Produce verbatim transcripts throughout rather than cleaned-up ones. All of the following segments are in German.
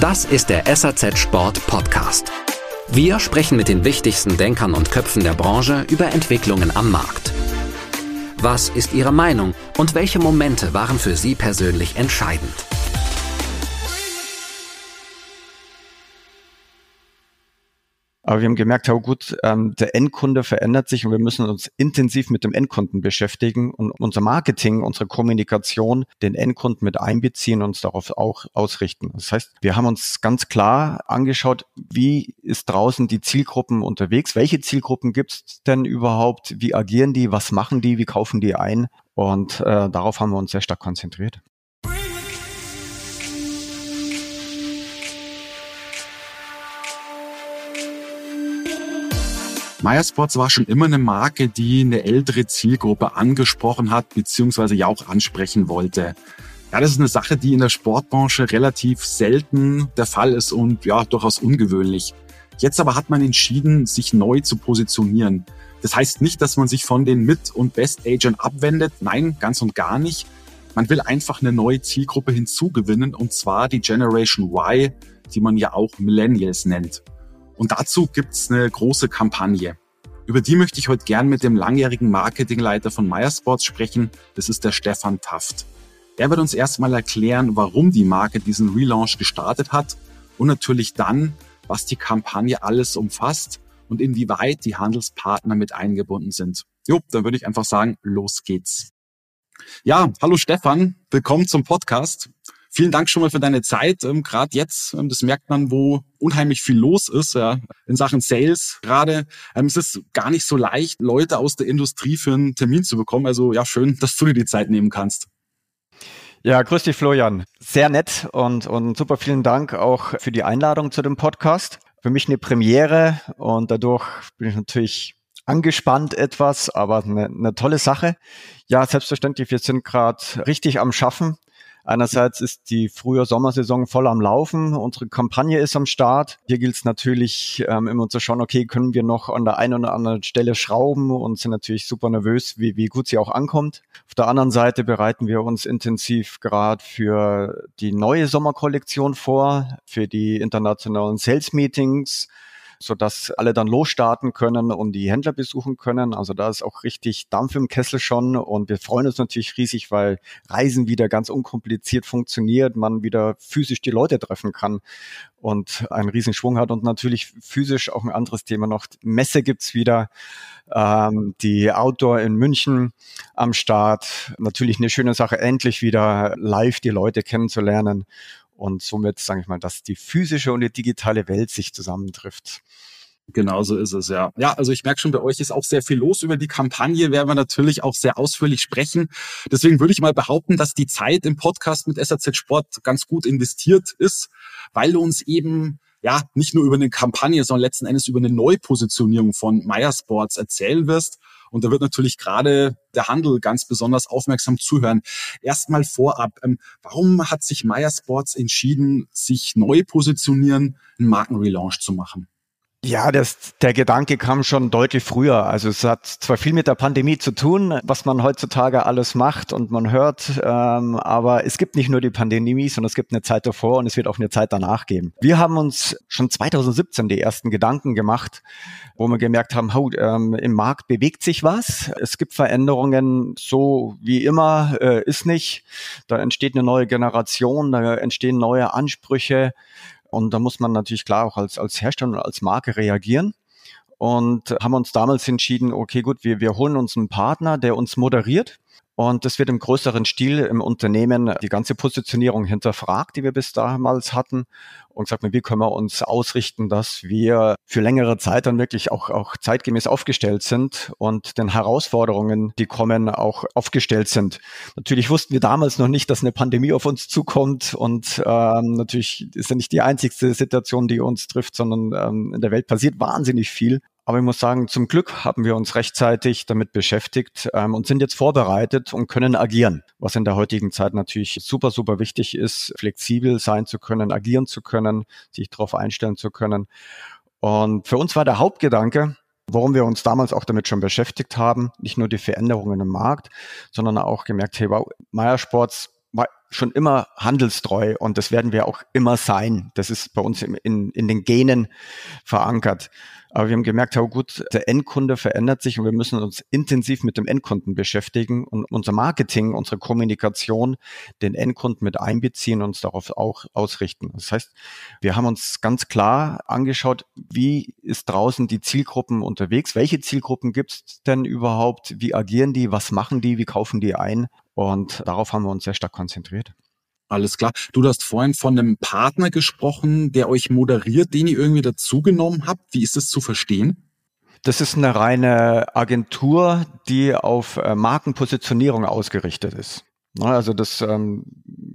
Das ist der S A Z Sport Podcast. Wir sprechen mit den wichtigsten Denkern und Köpfen der Branche über Entwicklungen am Markt. Was ist Ihre Meinung und welche Momente waren für Sie persönlich entscheidend? Aber wir haben gemerkt, oh gut, ähm, der Endkunde verändert sich und wir müssen uns intensiv mit dem Endkunden beschäftigen und unser Marketing, unsere Kommunikation, den Endkunden mit einbeziehen und uns darauf auch ausrichten. Das heißt, wir haben uns ganz klar angeschaut, wie ist draußen die Zielgruppen unterwegs, welche Zielgruppen gibt es denn überhaupt, wie agieren die, was machen die, wie kaufen die ein, und äh, darauf haben wir uns sehr stark konzentriert. Meyer Sports war schon immer eine Marke, die eine ältere Zielgruppe angesprochen hat, beziehungsweise ja auch ansprechen wollte. Ja, das ist eine Sache, die in der Sportbranche relativ selten der Fall ist und ja, durchaus ungewöhnlich. Jetzt aber hat man entschieden, sich neu zu positionieren. Das heißt nicht, dass man sich von den Mid- und Best-Agern abwendet. Nein, ganz und gar nicht. Man will einfach eine neue Zielgruppe hinzugewinnen, und zwar die Generation Y, die man ja auch Millennials nennt. Und dazu gibt's eine große Kampagne. Über die möchte ich heute gern mit dem langjährigen Marketingleiter von Meyer Sports sprechen. Das ist der Stefan Taft. Er wird uns erstmal erklären, warum die Marke diesen Relaunch gestartet hat und natürlich dann, was die Kampagne alles umfasst und inwieweit die Handelspartner mit eingebunden sind. Jo, dann würde ich einfach sagen, los geht's. Ja, hallo Stefan, willkommen zum Podcast. Vielen Dank schon mal für deine Zeit. Ähm, gerade jetzt, ähm, das merkt man, wo unheimlich viel los ist, ja, in Sachen Sales gerade. Ähm, es ist gar nicht so leicht, Leute aus der Industrie für einen Termin zu bekommen. Also ja, schön, dass du dir die Zeit nehmen kannst. Ja, grüß dich, Florian. Sehr nett und, und super vielen Dank auch für die Einladung zu dem Podcast. Für mich eine Premiere und dadurch bin ich natürlich angespannt etwas, aber eine, eine tolle Sache. Ja, selbstverständlich, wir sind gerade richtig am Schaffen. Einerseits ist die frühe Sommersaison voll am Laufen, unsere Kampagne ist am Start. Hier gilt es natürlich ähm, immer zu schauen, okay, können wir noch an der einen oder anderen Stelle schrauben, und sind natürlich super nervös, wie, wie gut sie auch ankommt. Auf der anderen Seite bereiten wir uns intensiv gerade für die neue Sommerkollektion vor, für die internationalen Sales-Meetings, sodass alle dann losstarten können und die Händler besuchen können. Also da ist auch richtig Dampf im Kessel schon, und wir freuen uns natürlich riesig, weil Reisen wieder ganz unkompliziert funktioniert, man wieder physisch die Leute treffen kann und einen riesen Schwung hat, und natürlich physisch auch ein anderes Thema noch. Messe gibt's wieder, ähm, die Outdoor in München am Start. Natürlich eine schöne Sache, endlich wieder live die Leute kennenzulernen. Und somit, sage ich mal, dass die physische und die digitale Welt sich zusammentrifft. Genau so ist es, ja. Ja, also ich merke schon, bei euch ist auch sehr viel los. Über die Kampagne werden wir natürlich auch sehr ausführlich sprechen. Deswegen würde ich mal behaupten, dass die Zeit im Podcast mit S A Z Sport ganz gut investiert ist, weil du uns eben ja nicht nur über eine Kampagne, sondern letzten Endes über eine Neupositionierung von Meyer Sports erzählen wirst. Und da wird natürlich gerade der Handel ganz besonders aufmerksam zuhören. Erstmal vorab, ähm, warum hat sich Meyer Sports entschieden, sich neu positionieren, einen Markenrelaunch zu machen? Ja, das, der Gedanke kam schon deutlich früher. Also es hat zwar viel mit der Pandemie zu tun, was man heutzutage alles macht und man hört, ähm, aber es gibt nicht nur die Pandemie, sondern es gibt eine Zeit davor und es wird auch eine Zeit danach geben. Wir haben uns schon zwanzig siebzehn die ersten Gedanken gemacht, wo wir gemerkt haben, oh, ähm, im Markt bewegt sich was, es gibt Veränderungen, so wie immer äh, ist nicht. Da entsteht eine neue Generation, da entstehen neue Ansprüche. Und da muss man natürlich klar auch als, als Hersteller und als Marke reagieren, und haben uns damals entschieden, okay, gut, wir, wir holen uns einen Partner, der uns moderiert, und das wird im größeren Stil im Unternehmen die ganze Positionierung hinterfragt, die wir bis damals hatten, und sagt, wie können wir uns ausrichten, dass wir für längere Zeit dann wirklich auch, auch zeitgemäß aufgestellt sind und den Herausforderungen, die kommen, auch aufgestellt sind. Natürlich wussten wir damals noch nicht, dass eine Pandemie auf uns zukommt, und ähm, natürlich ist ja nicht die einzigste Situation, die uns trifft, sondern ähm, in der Welt passiert wahnsinnig viel. Aber ich muss sagen, zum Glück haben wir uns rechtzeitig damit beschäftigt ähm, und sind jetzt vorbereitet und können agieren, was in der heutigen Zeit natürlich super, super wichtig ist, flexibel sein zu können, agieren zu können, sich darauf einstellen zu können. Und für uns war der Hauptgedanke, warum wir uns damals auch damit schon beschäftigt haben, nicht nur die Veränderungen im Markt, sondern auch gemerkt, hey, wow, Meyer Sports schon immer handelstreu und das werden wir auch immer sein. Das ist bei uns in, in, in den Genen verankert. Aber wir haben gemerkt, oh gut, der Endkunde verändert sich und wir müssen uns intensiv mit dem Endkunden beschäftigen und unser Marketing, unsere Kommunikation, den Endkunden mit einbeziehen und uns darauf auch ausrichten. Das heißt, wir haben uns ganz klar angeschaut, wie ist draußen die Zielgruppen unterwegs? Welche Zielgruppen gibt es denn überhaupt? Wie agieren die? Was machen die? Wie kaufen die ein? Und darauf haben wir uns sehr stark konzentriert. Alles klar. Du hast vorhin von einem Partner gesprochen, der euch moderiert, den ihr irgendwie dazugenommen habt. Wie ist das zu verstehen? Das ist eine reine Agentur, die auf Markenpositionierung ausgerichtet ist. Also das, ähm,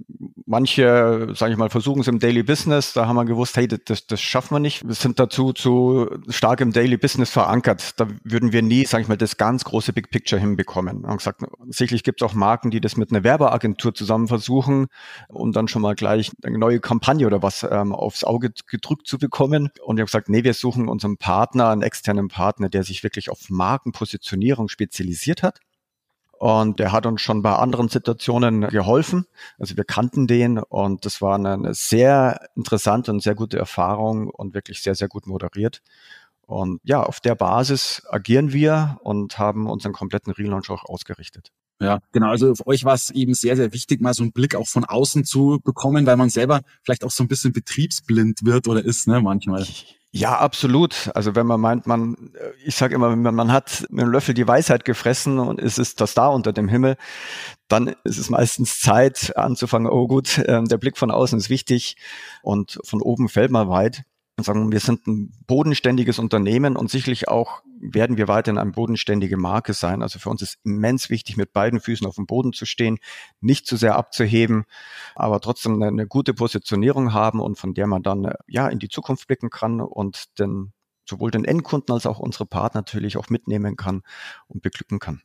manche, sage ich mal, versuchen es im Daily Business, da haben wir gewusst, hey, das, das schaffen wir nicht. Wir sind dazu zu stark im Daily Business verankert. Da würden wir nie, sage ich mal, das ganz große Big Picture hinbekommen. Wir haben gesagt, sicherlich gibt es auch Marken, die das mit einer Werbeagentur zusammen versuchen, um dann schon mal gleich eine neue Kampagne oder was ähm, aufs Auge gedrückt zu bekommen. Und wir haben gesagt, nee, wir suchen unseren Partner, einen externen Partner, der sich wirklich auf Markenpositionierung spezialisiert hat. Und der hat uns schon bei anderen Situationen geholfen. Also wir kannten den und das war eine sehr interessante und sehr gute Erfahrung und wirklich sehr, sehr gut moderiert. Und ja, auf der Basis agieren wir und haben unseren kompletten Relaunch auch ausgerichtet. Ja, genau. Also für euch war es eben sehr, sehr wichtig, mal so einen Blick auch von außen zu bekommen, weil man selber vielleicht auch so ein bisschen betriebsblind wird oder ist, ne, manchmal. Ja, absolut. Also wenn man meint, man, ich sage immer, man hat mit einem Löffel die Weisheit gefressen und es ist das da unter dem Himmel, dann ist es meistens Zeit anzufangen, oh gut, äh, der Blick von außen ist wichtig und von oben fällt man weit. Und sagen, wir sind ein bodenständiges Unternehmen und sicherlich auch werden wir weiterhin eine bodenständige Marke sein. Also für uns ist immens wichtig, mit beiden Füßen auf dem Boden zu stehen, nicht zu sehr abzuheben, aber trotzdem eine, eine gute Positionierung haben und von der man dann ja in die Zukunft blicken kann und den, sowohl den Endkunden als auch unsere Partner natürlich auch mitnehmen kann und beglücken kann.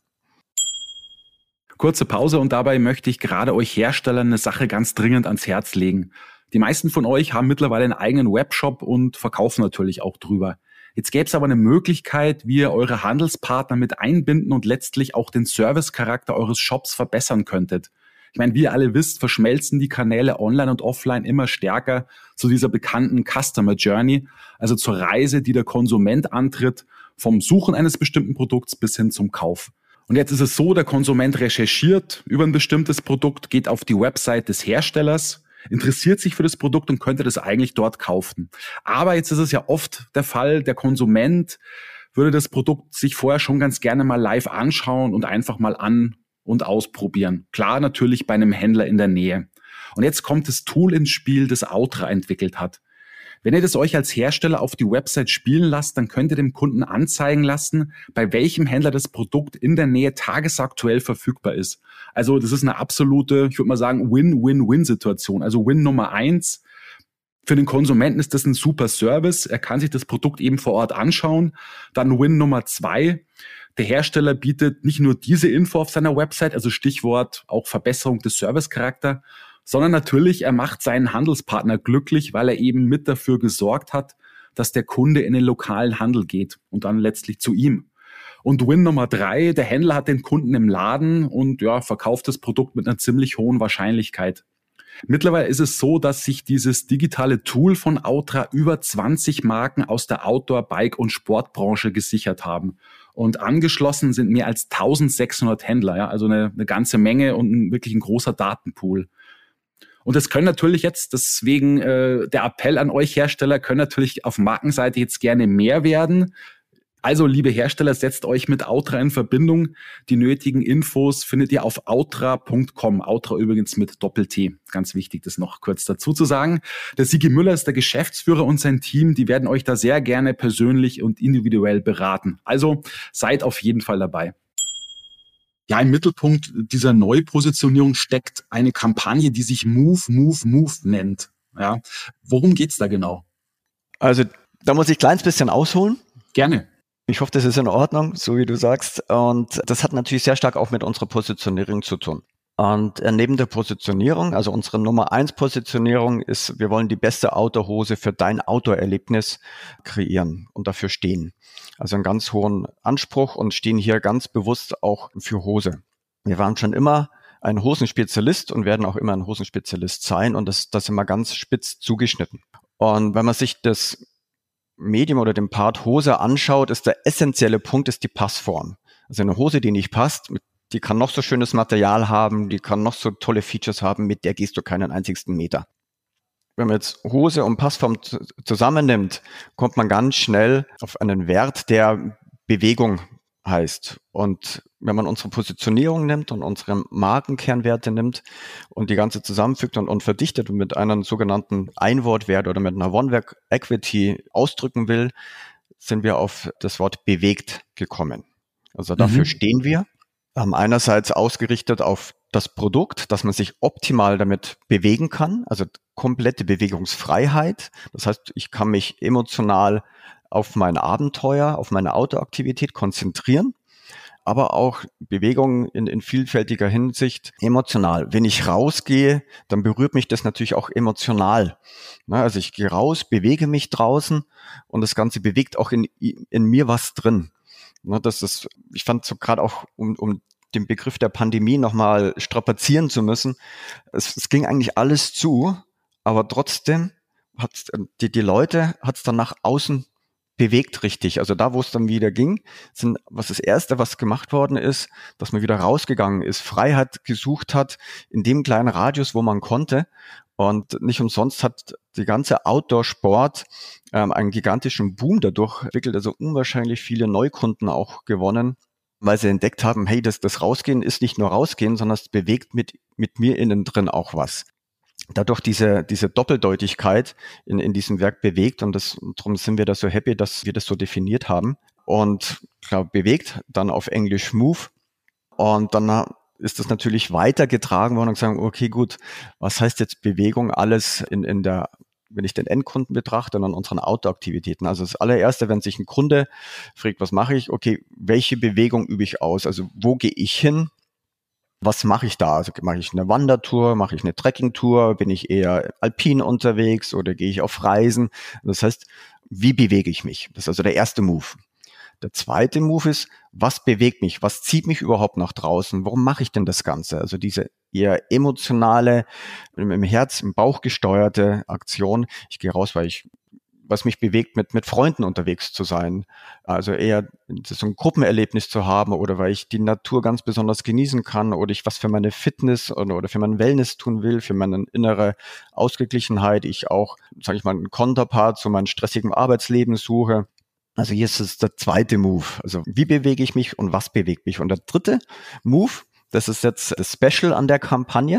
Kurze Pause und dabei möchte ich gerade euch Herstellern eine Sache ganz dringend ans Herz legen. Die meisten von euch haben mittlerweile einen eigenen Webshop und verkaufen natürlich auch drüber. Jetzt gäbe es aber eine Möglichkeit, wie ihr eure Handelspartner mit einbinden und letztlich auch den Servicecharakter eures Shops verbessern könntet. Ich meine, wie ihr alle wisst, verschmelzen die Kanäle online und offline immer stärker zu dieser bekannten Customer Journey, also zur Reise, die der Konsument antritt, vom Suchen eines bestimmten Produkts bis hin zum Kauf. Und jetzt ist es so, der Konsument recherchiert über ein bestimmtes Produkt, geht auf die Website des Herstellers, interessiert sich für das Produkt und könnte das eigentlich dort kaufen. Aber jetzt ist es ja oft der Fall, der Konsument würde das Produkt sich vorher schon ganz gerne mal live anschauen und einfach mal an- und ausprobieren. Klar, natürlich bei einem Händler in der Nähe. Und jetzt kommt das Tool ins Spiel, das Outra entwickelt hat. Wenn ihr das euch als Hersteller auf die Website spielen lasst, dann könnt ihr dem Kunden anzeigen lassen, bei welchem Händler das Produkt in der Nähe tagesaktuell verfügbar ist. Also das ist eine absolute, ich würde mal sagen, Win-Win-Win-Situation. Also Win Nummer eins. Für den Konsumenten ist das ein super Service. Er kann sich das Produkt eben vor Ort anschauen. Dann Win Nummer zwei. Der Hersteller bietet nicht nur diese Info auf seiner Website, also Stichwort auch Verbesserung des Servicecharakter, sondern natürlich, er macht seinen Handelspartner glücklich, weil er eben mit dafür gesorgt hat, dass der Kunde in den lokalen Handel geht und dann letztlich zu ihm. Und Win Nummer drei, der Händler hat den Kunden im Laden und ja, verkauft das Produkt mit einer ziemlich hohen Wahrscheinlichkeit. Mittlerweile ist es so, dass sich dieses digitale Tool von Outra über zwanzig Marken aus der Outdoor-, Bike- und Sportbranche gesichert haben. Und angeschlossen sind mehr als eintausendsechshundert Händler, ja, also eine, eine ganze Menge und ein, wirklich ein großer Datenpool. Und das können natürlich jetzt, deswegen äh, der Appell an euch Hersteller, können natürlich auf Markenseite jetzt gerne mehr werden. Also, liebe Hersteller, setzt euch mit Outra in Verbindung. Die nötigen Infos findet ihr auf outra punkt com. Outra übrigens mit Doppel-T. Ganz wichtig, das noch kurz dazu zu sagen. Der Sigi Müller ist der Geschäftsführer und sein Team, die werden euch da sehr gerne persönlich und individuell beraten. Also, seid auf jeden Fall dabei. Ja, im Mittelpunkt dieser Neupositionierung steckt eine Kampagne, die sich Move, Move, Move nennt. Ja, worum geht's da genau? Also da muss ich ein kleines bisschen ausholen. Gerne. Ich hoffe, das ist in Ordnung, so wie du sagst. Und das hat natürlich sehr stark auch mit unserer Positionierung zu tun. Und neben der Positionierung, also unsere Nummer eins Positionierung ist, wir wollen die beste Outdoor-Hose für dein Outdoor-Erlebnis kreieren und dafür stehen. Also einen ganz hohen Anspruch und stehen hier ganz bewusst auch für Hose. Wir waren schon immer ein Hosenspezialist und werden auch immer ein Hosenspezialist sein und das, das immer ganz spitz zugeschnitten. Und wenn man sich das Medium oder den Part Hose anschaut, ist der essentielle Punkt ist die Passform. Also eine Hose, die nicht passt, die kann noch so schönes Material haben, die kann noch so tolle Features haben, mit der gehst du keinen einzigsten Meter. Wenn man jetzt Hose und Passform zusammennimmt, kommt man ganz schnell auf einen Wert, der Bewegung heißt. Und wenn man unsere Positionierung nimmt und unsere Markenkernwerte nimmt und die ganze zusammenfügt und, und verdichtet und mit einem sogenannten Einwortwert oder mit einer One-Word Equity ausdrücken will, sind wir auf das Wort bewegt gekommen. Also dafür mhm. stehen wir. Haben einerseits ausgerichtet auf das Produkt, dass man sich optimal damit bewegen kann, also komplette Bewegungsfreiheit. Das heißt, ich kann mich emotional auf mein Abenteuer, auf meine Outdoor-Aktivität konzentrieren, aber auch Bewegung in, in vielfältiger Hinsicht emotional. Wenn ich rausgehe, dann berührt mich das natürlich auch emotional. Also ich gehe raus, bewege mich draußen und das Ganze bewegt auch in, in mir was drin. Das ist, ich fand so gerade auch, um, um den Begriff der Pandemie nochmal strapazieren zu müssen, es, es ging eigentlich alles zu, aber trotzdem hat die, die Leute hat es dann nach außen bewegt richtig. Also da, wo es dann wieder ging, sind, was das Erste, was gemacht worden ist, dass man wieder rausgegangen ist, Freiheit gesucht hat in dem kleinen Radius, wo man konnte. Und nicht umsonst hat die ganze Outdoor-Sport ähm, einen gigantischen Boom dadurch entwickelt, also unwahrscheinlich viele Neukunden auch gewonnen, weil sie entdeckt haben, hey, das, das Rausgehen ist nicht nur Rausgehen, sondern es bewegt mit, mit mir innen drin auch was. Dadurch diese, diese Doppeldeutigkeit in, in diesem Werk bewegt und das, darum sind wir da so happy, dass wir das so definiert haben. Und klar, bewegt, dann auf Englisch Move. Und dann ist das natürlich weitergetragen worden und gesagt, okay, gut, was heißt jetzt Bewegung alles in, in der, wenn ich den Endkunden betrachte und an unseren Outdoor-Aktivitäten. Also das allererste, wenn sich ein Kunde fragt, was mache ich? Okay, welche Bewegung übe ich aus? Also wo gehe ich hin? Was mache ich da? Also mache ich eine Wandertour, mache ich eine Trekkingtour, bin ich eher alpin unterwegs oder gehe ich auf Reisen? Das heißt, wie bewege ich mich? Das ist also der erste Move. Der zweite Move ist, was bewegt mich? Was zieht mich überhaupt nach draußen? Warum mache ich denn das Ganze? Also diese eher emotionale, im Herz, im Bauch gesteuerte Aktion. Ich gehe raus, weil ich was mich bewegt, mit mit Freunden unterwegs zu sein. Also eher so ein Gruppenerlebnis zu haben oder weil ich die Natur ganz besonders genießen kann oder ich was für meine Fitness oder, oder für mein Wellness tun will, für meine innere Ausgeglichenheit. Ich auch, sage ich mal, einen Konterpart zu meinem stressigen Arbeitsleben suche. Also hier ist es der zweite Move. Also wie bewege ich mich und was bewegt mich? Und der dritte Move, das ist jetzt das Special an der Kampagne.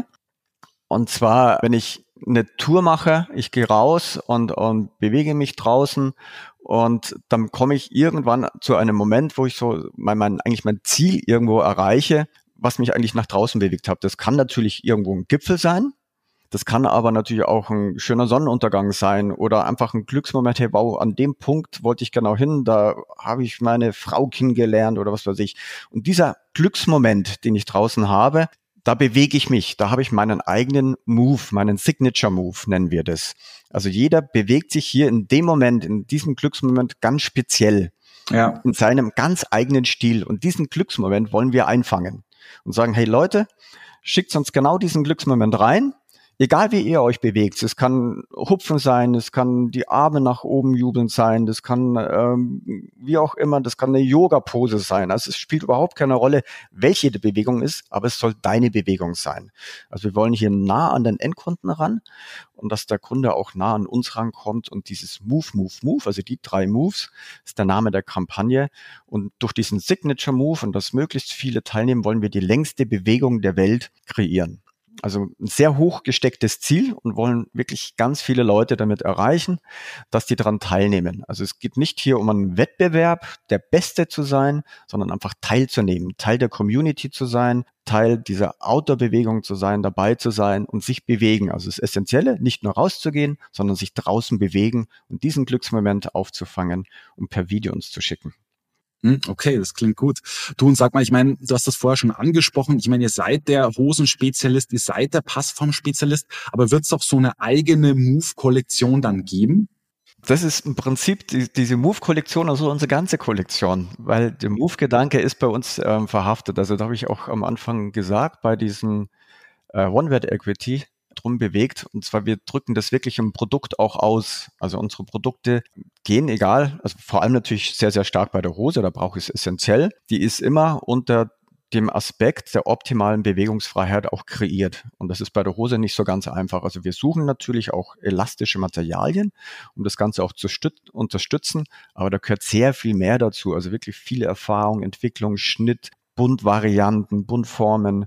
Und zwar, wenn ich eine Tour mache, ich gehe raus und, und bewege mich draußen und dann komme ich irgendwann zu einem Moment, wo ich so mein, mein eigentlich mein Ziel irgendwo erreiche, was mich eigentlich nach draußen bewegt hat. Das kann natürlich irgendwo ein Gipfel sein, das kann aber natürlich auch ein schöner Sonnenuntergang sein oder einfach ein Glücksmoment, hey, wow, an dem Punkt wollte ich genau hin, da habe ich meine Frau kennengelernt oder was weiß ich. Und dieser Glücksmoment, den ich draußen habe, da bewege ich mich, da habe ich meinen eigenen Move, meinen Signature Move nennen wir das. Also jeder bewegt sich hier in dem Moment, in diesem Glücksmoment ganz speziell, ja, in seinem ganz eigenen Stil. Und diesen Glücksmoment wollen wir einfangen und sagen, hey Leute, schickt uns genau diesen Glücksmoment rein. Egal wie ihr euch bewegt, es kann Hupfen sein, es kann die Arme nach oben jubeln sein, das kann ähm, wie auch immer, das kann eine Yoga-Pose sein. Also es spielt überhaupt keine Rolle, welche die Bewegung ist, aber es soll deine Bewegung sein. Also wir wollen hier nah an den Endkunden ran und dass der Kunde auch nah an uns rankommt und dieses Move, Move, Move, also die drei Moves, ist der Name der Kampagne und durch diesen Signature Move und dass möglichst viele teilnehmen, wollen wir die längste Bewegung der Welt kreieren. Also ein sehr hoch gestecktes Ziel und wollen wirklich ganz viele Leute damit erreichen, dass die daran teilnehmen. Also es geht nicht hier um einen Wettbewerb, der Beste zu sein, sondern einfach teilzunehmen, Teil der Community zu sein, Teil dieser Outdoor-Bewegung zu sein, dabei zu sein und sich bewegen. Also das Essentielle, nicht nur rauszugehen, sondern sich draußen bewegen und diesen Glücksmoment aufzufangen und per Video uns zu schicken. Okay, das klingt gut. Du, und sag mal, ich meine, du hast das vorher schon angesprochen, ich meine, ihr seid der Hosenspezialist, ihr seid der Passform-Spezialist, aber wird es auch so eine eigene Move-Kollektion dann geben? Das ist im Prinzip die, diese Move-Kollektion, also unsere ganze Kollektion, weil der Move-Gedanke ist bei uns ähm, verhaftet. Also da habe ich auch am Anfang gesagt, bei diesem äh, One-Word-Equity drum bewegt. Und zwar, wir drücken das wirklich im Produkt auch aus. Also unsere Produkte gehen egal, also vor allem natürlich sehr, sehr stark bei der Hose, da brauche ich es essentiell. Die ist immer unter dem Aspekt der optimalen Bewegungsfreiheit auch kreiert. Und das ist bei der Hose nicht so ganz einfach. Also wir suchen natürlich auch elastische Materialien, um das Ganze auch zu stüt- unterstützen, aber da gehört sehr viel mehr dazu. Also wirklich viele Erfahrung, Entwicklung, Schnitt, Buntvarianten, Buntformen,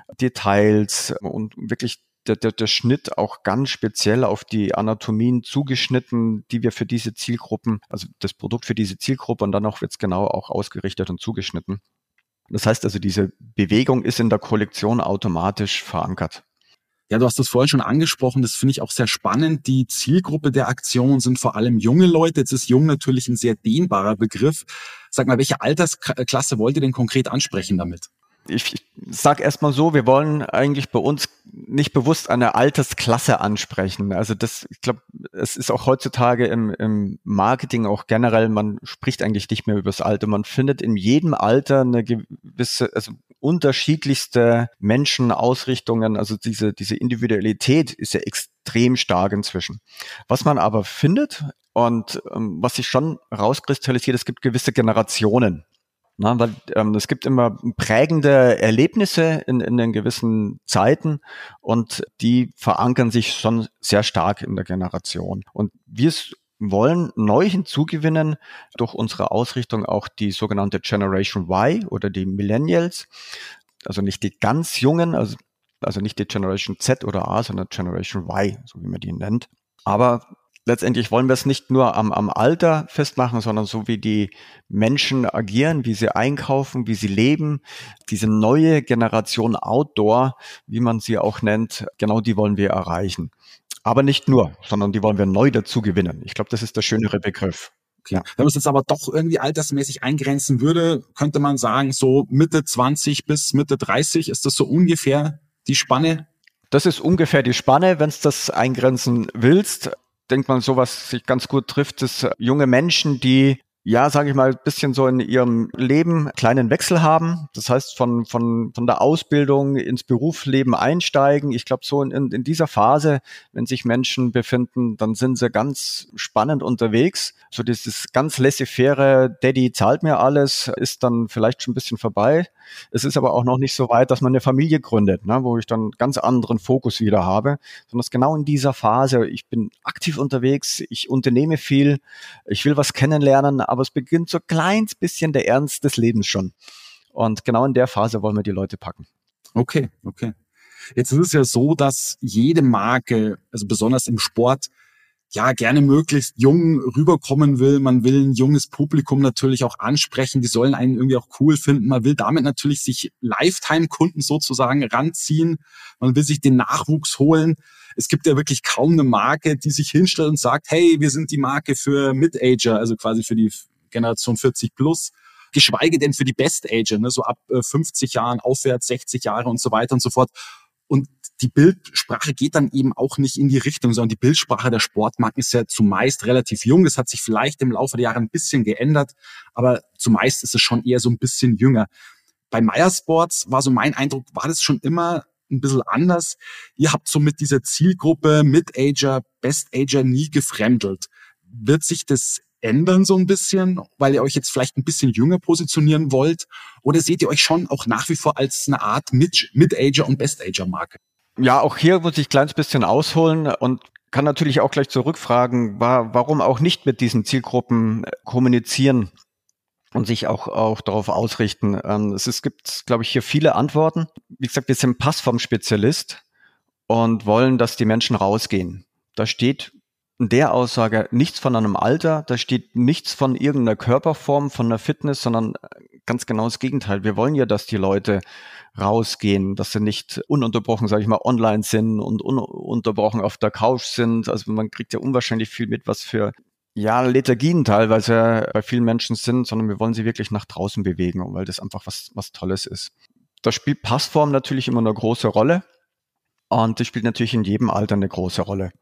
Details und wirklich der, der, der Schnitt auch ganz speziell auf die Anatomien zugeschnitten, die wir für diese Zielgruppen, also das Produkt für diese Zielgruppe und dann auch wird's genau auch ausgerichtet und zugeschnitten. Das heißt also, diese Bewegung ist in der Kollektion automatisch verankert. Ja, du hast das vorhin schon angesprochen, das finde ich auch sehr spannend. Die Zielgruppe der Aktion sind vor allem junge Leute. Jetzt ist jung natürlich ein sehr dehnbarer Begriff. Sag mal, welche Altersklasse wollt ihr denn konkret ansprechen damit? Ich, ich sag erstmal so, wir wollen eigentlich bei uns nicht bewusst eine Altersklasse ansprechen. Also das, ich glaube, es ist auch heutzutage im, im Marketing auch generell, man spricht eigentlich nicht mehr über das Alter. Man findet in jedem Alter eine gewisse, also unterschiedlichste Menschenausrichtungen. Also diese, diese Individualität ist ja extrem stark inzwischen. Was man aber findet und ähm, was sich schon rauskristallisiert, es gibt gewisse Generationen. Na, weil ähm, es gibt immer prägende Erlebnisse in, in den gewissen Zeiten und die verankern sich schon sehr stark in der Generation. Und wir wollen neu hinzugewinnen durch unsere Ausrichtung auch die sogenannte Generation Y oder die Millennials, also nicht die ganz Jungen, also, also nicht die Generation Z oder A, sondern Generation Y, so wie man die nennt. Aber letztendlich wollen wir es nicht nur am, am Alter festmachen, sondern so wie die Menschen agieren, wie sie einkaufen, wie sie leben. Diese neue Generation Outdoor, wie man sie auch nennt, genau die wollen wir erreichen. Aber nicht nur, sondern die wollen wir neu dazu gewinnen. Ich glaube, das ist der schönere Begriff. Okay. Wenn man es jetzt aber doch irgendwie altersmäßig eingrenzen würde, könnte man sagen, so Mitte zwanzig bis Mitte dreißig, ist das so ungefähr die Spanne? Das ist ungefähr die Spanne, wenn es das eingrenzen willst. Denkt man, so was sich ganz gut trifft, ist junge Menschen, die, ja, sage ich mal, ein bisschen so in ihrem Leben einen kleinen Wechsel haben. Das heißt, von von von der Ausbildung ins Berufsleben einsteigen. Ich glaube, so in, in dieser Phase, wenn sich Menschen befinden, dann sind sie ganz spannend unterwegs. So dieses ganz laissez-faire, Daddy zahlt mir alles, ist dann vielleicht schon ein bisschen vorbei. Es ist aber auch noch nicht so weit, dass man eine Familie gründet, ne, wo ich dann ganz anderen Fokus wieder habe, sondern es ist genau in dieser Phase. Ich bin aktiv unterwegs, ich unternehme viel, ich will was kennenlernen, aber es beginnt so ein kleines bisschen der Ernst des Lebens schon. Und genau in der Phase wollen wir die Leute packen. Okay, okay. Jetzt ist es ja so, dass jede Marke, also besonders im Sport, ja, gerne möglichst jung rüberkommen will. Man will ein junges Publikum natürlich auch ansprechen. Die sollen einen irgendwie auch cool finden. Man will damit natürlich sich Lifetime-Kunden sozusagen ranziehen. Man will sich den Nachwuchs holen. Es gibt ja wirklich kaum eine Marke, die sich hinstellt und sagt, hey, wir sind die Marke für Mid-Ager, also quasi für die Generation vierzig plus. Geschweige denn für die Best-Ager, ne, so ab fünfzig Jahren aufwärts, sechzig Jahre und so weiter und so fort. Und die Bildsprache geht dann eben auch nicht in die Richtung, sondern die Bildsprache der Sportmarken ist ja zumeist relativ jung. Das hat sich vielleicht im Laufe der Jahre ein bisschen geändert, aber zumeist ist es schon eher so ein bisschen jünger. Bei Meyer Sports war so mein Eindruck, war das schon immer ein bisschen anders. Ihr habt so mit dieser Zielgruppe Mid-Ager, Best-Ager nie gefremdelt. Wird sich das ändern so ein bisschen, weil ihr euch jetzt vielleicht ein bisschen jünger positionieren wollt? Oder seht ihr euch schon auch nach wie vor als eine Art Mid-Ager und Best-Ager-Marke? Ja, auch hier muss ich ein kleines bisschen ausholen und kann natürlich auch gleich zurückfragen, war, warum auch nicht mit diesen Zielgruppen kommunizieren und sich auch, auch darauf ausrichten. Ähm, es, es gibt, glaube ich, hier viele Antworten. Wie gesagt, wir sind Passform-Spezialist und wollen, dass die Menschen rausgehen. Da steht in der Aussage nichts von einem Alter, da steht nichts von irgendeiner Körperform, von einer Fitness, sondern ganz genau das Gegenteil. Wir wollen ja, dass die Leute rausgehen, dass sie nicht ununterbrochen, sage ich mal, online sind und ununterbrochen auf der Couch sind. Also man kriegt ja unwahrscheinlich viel mit, was für ja Lethargien teilweise bei vielen Menschen sind, sondern wir wollen sie wirklich nach draußen bewegen, weil das einfach was was Tolles ist. Da spielt Passform natürlich immer eine große Rolle und das spielt natürlich in jedem Alter eine große Rolle.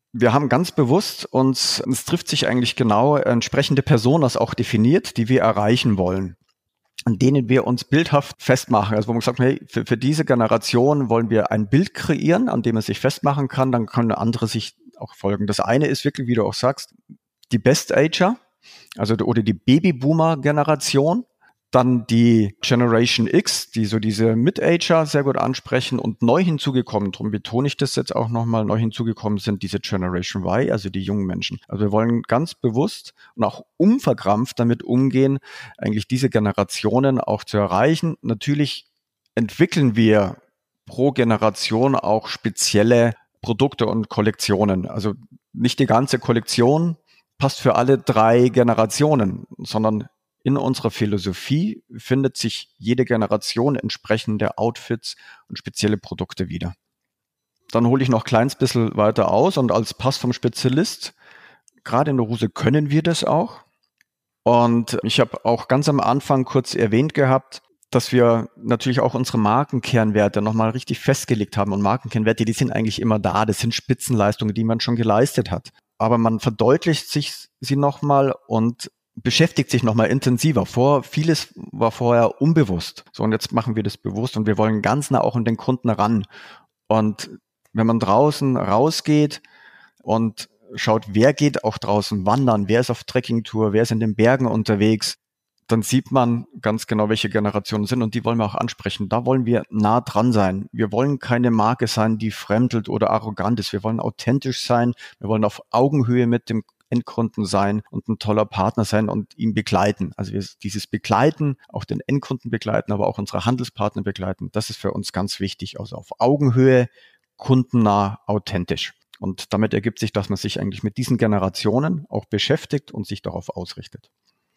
Wir haben ganz bewusst uns, es trifft sich eigentlich genau, entsprechende Personas auch definiert, die wir erreichen wollen, an denen wir uns bildhaft festmachen. Also wo man sagt, hey, für, für diese Generation wollen wir ein Bild kreieren, an dem man sich festmachen kann, dann können andere sich auch folgen. Das eine ist wirklich, wie du auch sagst, die Best-Ager, also oder die Babyboomer-Generation. Dann die Generation X, die so diese Mid-Ager sehr gut ansprechen und neu hinzugekommen, darum betone ich das jetzt auch nochmal, neu hinzugekommen sind diese Generation Y, also die jungen Menschen. Also wir wollen ganz bewusst und auch unverkrampft damit umgehen, eigentlich diese Generationen auch zu erreichen. Natürlich entwickeln wir pro Generation auch spezielle Produkte und Kollektionen. Also nicht die ganze Kollektion passt für alle drei Generationen, sondern in unserer Philosophie findet sich jede Generation entsprechende Outfits und spezielle Produkte wieder. Dann hole ich noch ein kleines bisschen weiter aus und als Pass vom Spezialist, gerade in der Hose können wir das auch. Und ich habe auch ganz am Anfang kurz erwähnt gehabt, dass wir natürlich auch unsere Markenkernwerte nochmal richtig festgelegt haben. Und Markenkernwerte, die sind eigentlich immer da. Das sind Spitzenleistungen, die man schon geleistet hat. Aber man verdeutlicht sich sie nochmal und beschäftigt sich nochmal intensiver. Vor, vieles war vorher unbewusst. So, und jetzt machen wir das bewusst und wir wollen ganz nah auch an den Kunden ran. Und wenn man draußen rausgeht und schaut, wer geht auch draußen wandern, wer ist auf Trekkingtour, wer ist in den Bergen unterwegs, dann sieht man ganz genau, welche Generationen sind und die wollen wir auch ansprechen. Da wollen wir nah dran sein. Wir wollen keine Marke sein, die fremdelt oder arrogant ist. Wir wollen authentisch sein. Wir wollen auf Augenhöhe mit dem Endkunden sein und ein toller Partner sein und ihn begleiten. Also wir, dieses Begleiten, auch den Endkunden begleiten, aber auch unsere Handelspartner begleiten, das ist für uns ganz wichtig. Also auf Augenhöhe, kundennah, authentisch. Und damit ergibt sich, dass man sich eigentlich mit diesen Generationen auch beschäftigt und sich darauf ausrichtet.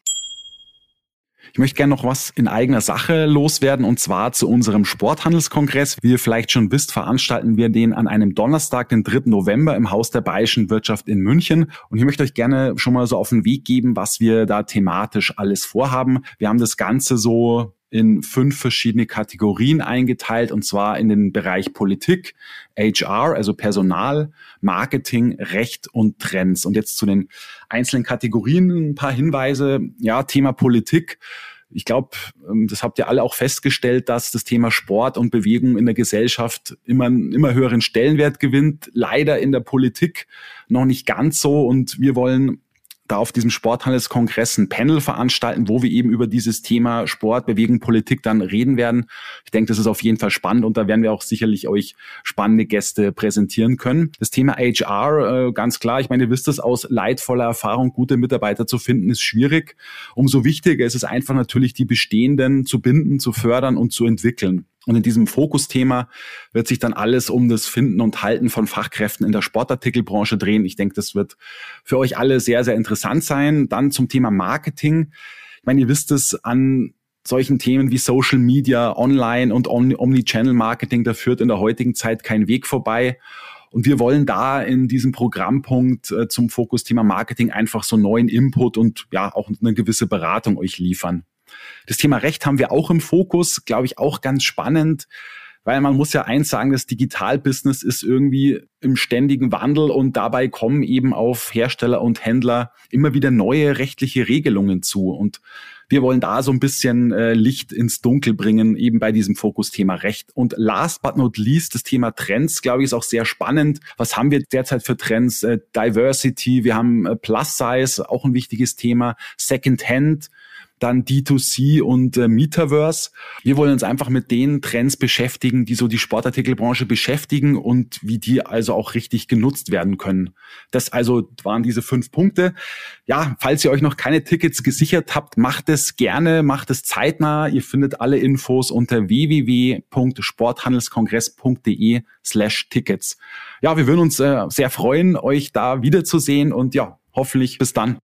Ich möchte gerne noch was in eigener Sache loswerden und zwar zu unserem Sporthandelskongress. Wie ihr vielleicht schon wisst, veranstalten wir den an einem Donnerstag, den dritten November im Haus der Bayerischen Wirtschaft in München. Und ich möchte euch gerne schon mal so auf den Weg geben, was wir da thematisch alles vorhaben. Wir haben das Ganze so in fünf verschiedene Kategorien eingeteilt und zwar in den Bereich Politik, H R, also Personal, Marketing, Recht und Trends. Und jetzt zu den einzelnen Kategorien ein paar Hinweise. Ja, Thema Politik. Ich glaube, das habt ihr alle auch festgestellt, dass das Thema Sport und Bewegung in der Gesellschaft immer einen immer höheren Stellenwert gewinnt. Leider in der Politik noch nicht ganz so. Und wir wollen da auf diesem Sporthandelskongress ein Panel veranstalten, wo wir eben über dieses Thema Sport, Bewegung, Politik dann reden werden. Ich denke, das ist auf jeden Fall spannend und da werden wir auch sicherlich euch spannende Gäste präsentieren können. Das Thema H R, äh, ganz klar, ich meine, ihr wisst es, aus leidvoller Erfahrung gute Mitarbeiter zu finden, ist schwierig. Umso wichtiger ist es einfach natürlich, die bestehenden zu binden, zu fördern und zu entwickeln. Und in diesem Fokusthema wird sich dann alles um das Finden und Halten von Fachkräften in der Sportartikelbranche drehen. Ich denke, das wird für euch alle sehr, sehr interessant sein. Dann zum Thema Marketing. Ich meine, ihr wisst es, an solchen Themen wie Social Media, Online und Omnichannel-Marketing, da führt in der heutigen Zeit kein Weg vorbei. Und wir wollen da in diesem Programmpunkt äh, zum Fokusthema Marketing einfach so neuen Input und ja auch eine gewisse Beratung euch liefern. Das Thema Recht haben wir auch im Fokus, glaube ich, auch ganz spannend, weil man muss ja eins sagen, das Digitalbusiness ist irgendwie im ständigen Wandel und dabei kommen eben auf Hersteller und Händler immer wieder neue rechtliche Regelungen zu. Und wir wollen da so ein bisschen äh, Licht ins Dunkel bringen, eben bei diesem Fokusthema Recht. Und last but not least, das Thema Trends, glaube ich, ist auch sehr spannend. Was haben wir derzeit für Trends? Äh, Diversity, wir haben äh, Plus Size, auch ein wichtiges Thema, Secondhand, dann D zwei C und äh, Metaverse. Wir wollen uns einfach mit den Trends beschäftigen, die so die Sportartikelbranche beschäftigen und wie die also auch richtig genutzt werden können. Das also waren diese fünf Punkte. Ja, falls ihr euch noch keine Tickets gesichert habt, macht es gerne, macht es zeitnah. Ihr findet alle Infos unter w w w punkt sporthandelskongress punkt d e slash tickets. Ja, wir würden uns äh, sehr freuen, euch da wiederzusehen und ja, hoffentlich bis dann.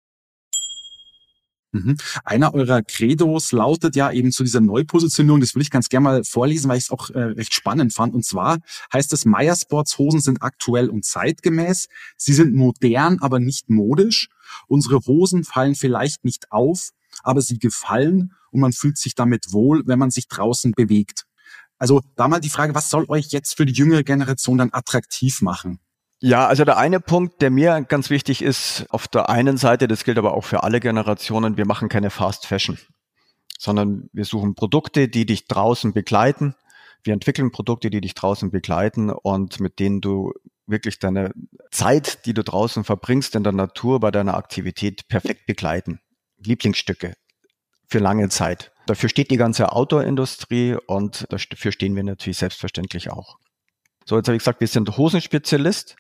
Mhm. Einer eurer Credos lautet ja eben zu dieser Neupositionierung, das will ich ganz gerne mal vorlesen, weil ich es auch äh, recht spannend fand. Und zwar heißt es, Meyer Sports Hosen sind aktuell und zeitgemäß. Sie sind modern, aber nicht modisch. Unsere Hosen fallen vielleicht nicht auf, aber sie gefallen und man fühlt sich damit wohl, wenn man sich draußen bewegt. Also da mal die Frage, was soll euch jetzt für die jüngere Generation dann attraktiv machen? Ja, also der eine Punkt, der mir ganz wichtig ist, auf der einen Seite, das gilt aber auch für alle Generationen, wir machen keine Fast Fashion, sondern wir suchen Produkte, die dich draußen begleiten. Wir entwickeln Produkte, die dich draußen begleiten und mit denen du wirklich deine Zeit, die du draußen verbringst in der Natur bei deiner Aktivität, perfekt begleiten. Lieblingsstücke für lange Zeit. Dafür steht die ganze Outdoor-Industrie und dafür stehen wir natürlich selbstverständlich auch. So, jetzt habe ich gesagt, wir sind Hosenspezialist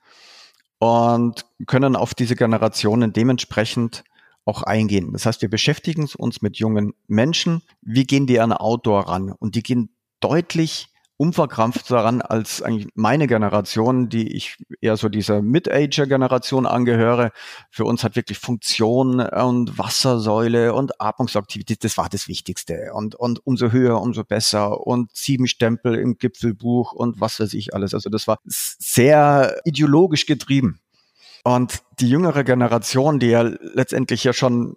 und können auf diese Generationen dementsprechend auch eingehen. Das heißt, wir beschäftigen uns mit jungen Menschen. Wie gehen die an Outdoor ran? Und die gehen deutlich unverkrampft daran als eigentlich meine Generation, die ich eher so dieser Mid-Ager-Generation angehöre. Für uns hat wirklich Funktion und Wassersäule und Atmungsaktivität, das war das Wichtigste. Und, und umso höher, umso besser. Und sieben Stempel im Gipfelbuch und was weiß ich alles. Also das war sehr ideologisch getrieben. Und die jüngere Generation, die ja letztendlich ja schon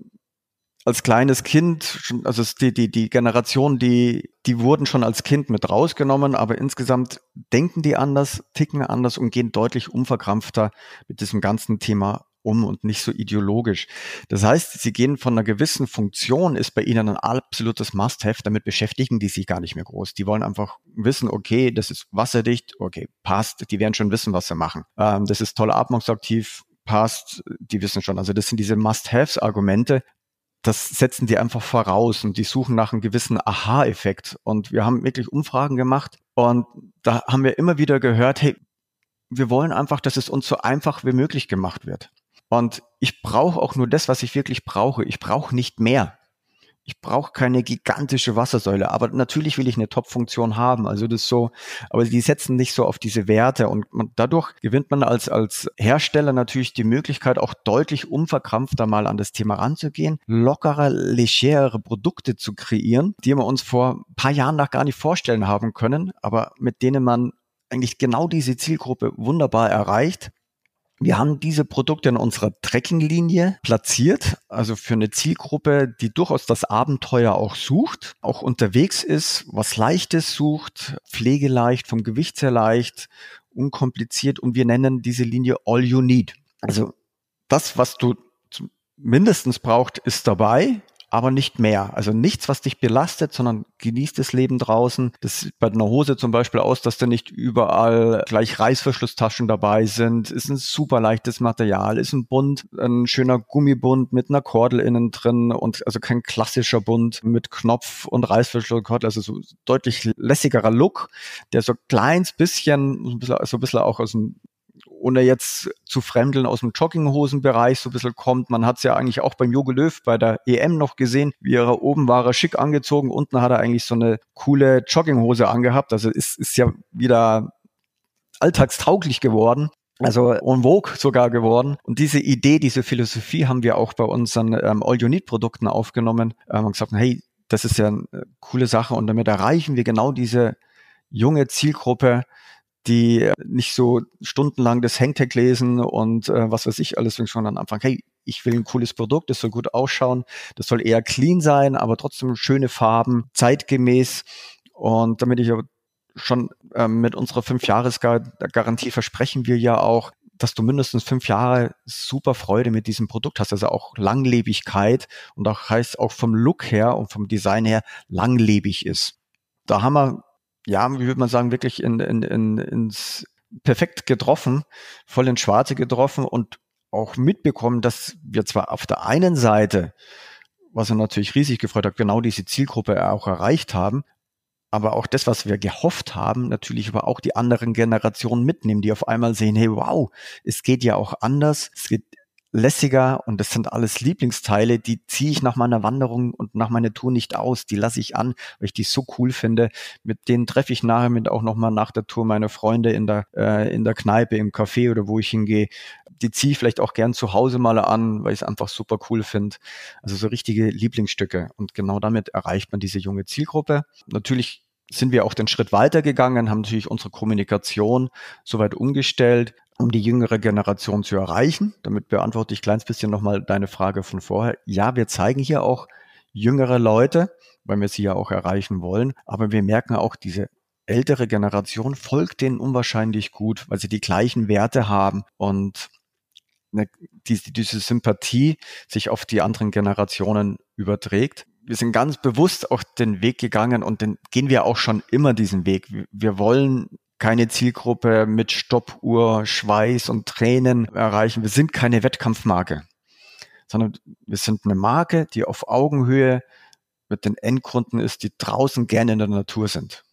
als kleines Kind, also die, die, die Generation, die, die wurden schon als Kind mit rausgenommen, aber insgesamt denken die anders, ticken anders und gehen deutlich unverkrampfter mit diesem ganzen Thema um und nicht so ideologisch. Das heißt, sie gehen von einer gewissen Funktion, ist bei ihnen ein absolutes Must-Have, damit beschäftigen die sich gar nicht mehr groß. Die wollen einfach wissen, okay, das ist wasserdicht, okay, passt, die werden schon wissen, was sie machen. Ähm, das ist toll atmungsaktiv, passt, die wissen schon. Also das sind diese Must-Haves-Argumente, das setzen die einfach voraus und die suchen nach einem gewissen Aha-Effekt. Und wir haben wirklich Umfragen gemacht und da haben wir immer wieder gehört, hey, wir wollen einfach, dass es uns so einfach wie möglich gemacht wird. Und ich brauche auch nur das, was ich wirklich brauche. Ich brauche nicht mehr. Ich brauche keine gigantische Wassersäule, aber natürlich will ich eine Top-Funktion haben. Also das ist so, aber die setzen nicht so auf diese Werte und man, dadurch gewinnt man als als Hersteller natürlich die Möglichkeit, auch deutlich unverkrampfter mal an das Thema ranzugehen, lockerer, legerere Produkte zu kreieren, die wir uns vor ein paar Jahren noch gar nicht vorstellen haben können, aber mit denen man eigentlich genau diese Zielgruppe wunderbar erreicht. Wir haben diese Produkte in unserer Trekkinglinie platziert, also für eine Zielgruppe, die durchaus das Abenteuer auch sucht, auch unterwegs ist, was Leichtes sucht, pflegeleicht, vom Gewicht her leicht, unkompliziert und wir nennen diese Linie All You Need. Also das, was du mindestens brauchst, ist dabei, aber nicht mehr. Also nichts, was dich belastet, sondern genießt das Leben draußen. Das sieht bei einer Hose zum Beispiel aus, dass da nicht überall gleich Reißverschlusstaschen dabei sind. Ist ein super leichtes Material, ist ein Bund, ein schöner Gummibund mit einer Kordel innen drin und also kein klassischer Bund mit Knopf und Reißverschlusskordel, also so deutlich lässigerer Look, der so kleines bisschen, so ein bisschen, so ein bisschen auch aus dem ohne jetzt zu fremdeln aus dem Jogginghosenbereich so ein bisschen kommt. Man hat es ja eigentlich auch beim Jogi Löw bei der E M noch gesehen, wie er oben war er schick angezogen, unten hat er eigentlich so eine coole Jogginghose angehabt. Also ist, ist ja wieder alltagstauglich geworden. Also en vogue sogar geworden. Und diese Idee, diese Philosophie haben wir auch bei unseren ähm, All-You-Need-Produkten aufgenommen. Ähm, und gesagt, hey, das ist ja eine coole Sache und damit erreichen wir genau diese junge Zielgruppe, die nicht so stundenlang das Hangtag lesen und äh, was weiß ich alles, schon am Anfang, hey, ich will ein cooles Produkt, das soll gut ausschauen, das soll eher clean sein, aber trotzdem schöne Farben, zeitgemäß und damit ich aber schon ähm, mit unserer fünf-Jahres-Garantie versprechen wir ja auch, dass du mindestens fünf Jahre super Freude mit diesem Produkt hast, also auch Langlebigkeit und auch heißt auch vom Look her und vom Design her langlebig ist. Da haben wir ja, wie würde man sagen, wirklich in, in, in, ins perfekt getroffen, voll ins Schwarze getroffen und auch mitbekommen, dass wir zwar auf der einen Seite, was er natürlich riesig gefreut hat, genau diese Zielgruppe auch erreicht haben, aber auch das, was wir gehofft haben, natürlich aber auch die anderen Generationen mitnehmen, die auf einmal sehen, hey, wow, es geht ja auch anders, es geht lässiger und das sind alles Lieblingsteile, die ziehe ich nach meiner Wanderung und nach meiner Tour nicht aus, die lasse ich an, weil ich die so cool finde. Mit denen treffe ich nachher mit auch nochmal nach der Tour meine Freunde in der äh, in der Kneipe, im Café oder wo ich hingehe. Die ziehe ich vielleicht auch gern zu Hause mal an, weil ich es einfach super cool finde. Also so richtige Lieblingsstücke und genau damit erreicht man diese junge Zielgruppe. Natürlich sind wir auch den Schritt weitergegangen, haben natürlich unsere Kommunikation soweit umgestellt, um die jüngere Generation zu erreichen. Damit beantworte ich ein kleines bisschen nochmal deine Frage von vorher. Ja, wir zeigen hier auch jüngere Leute, weil wir sie ja auch erreichen wollen. Aber wir merken auch, diese ältere Generation folgt denen unwahrscheinlich gut, weil sie die gleichen Werte haben und eine, diese, diese Sympathie sich auf die anderen Generationen überträgt. Wir sind ganz bewusst auch den Weg gegangen und den gehen wir auch schon immer diesen Weg. Wir wollen keine Zielgruppe mit Stoppuhr, Schweiß und Tränen erreichen. Wir sind keine Wettkampfmarke, sondern wir sind eine Marke, die auf Augenhöhe mit den Endkunden ist, die draußen gerne in der Natur sind.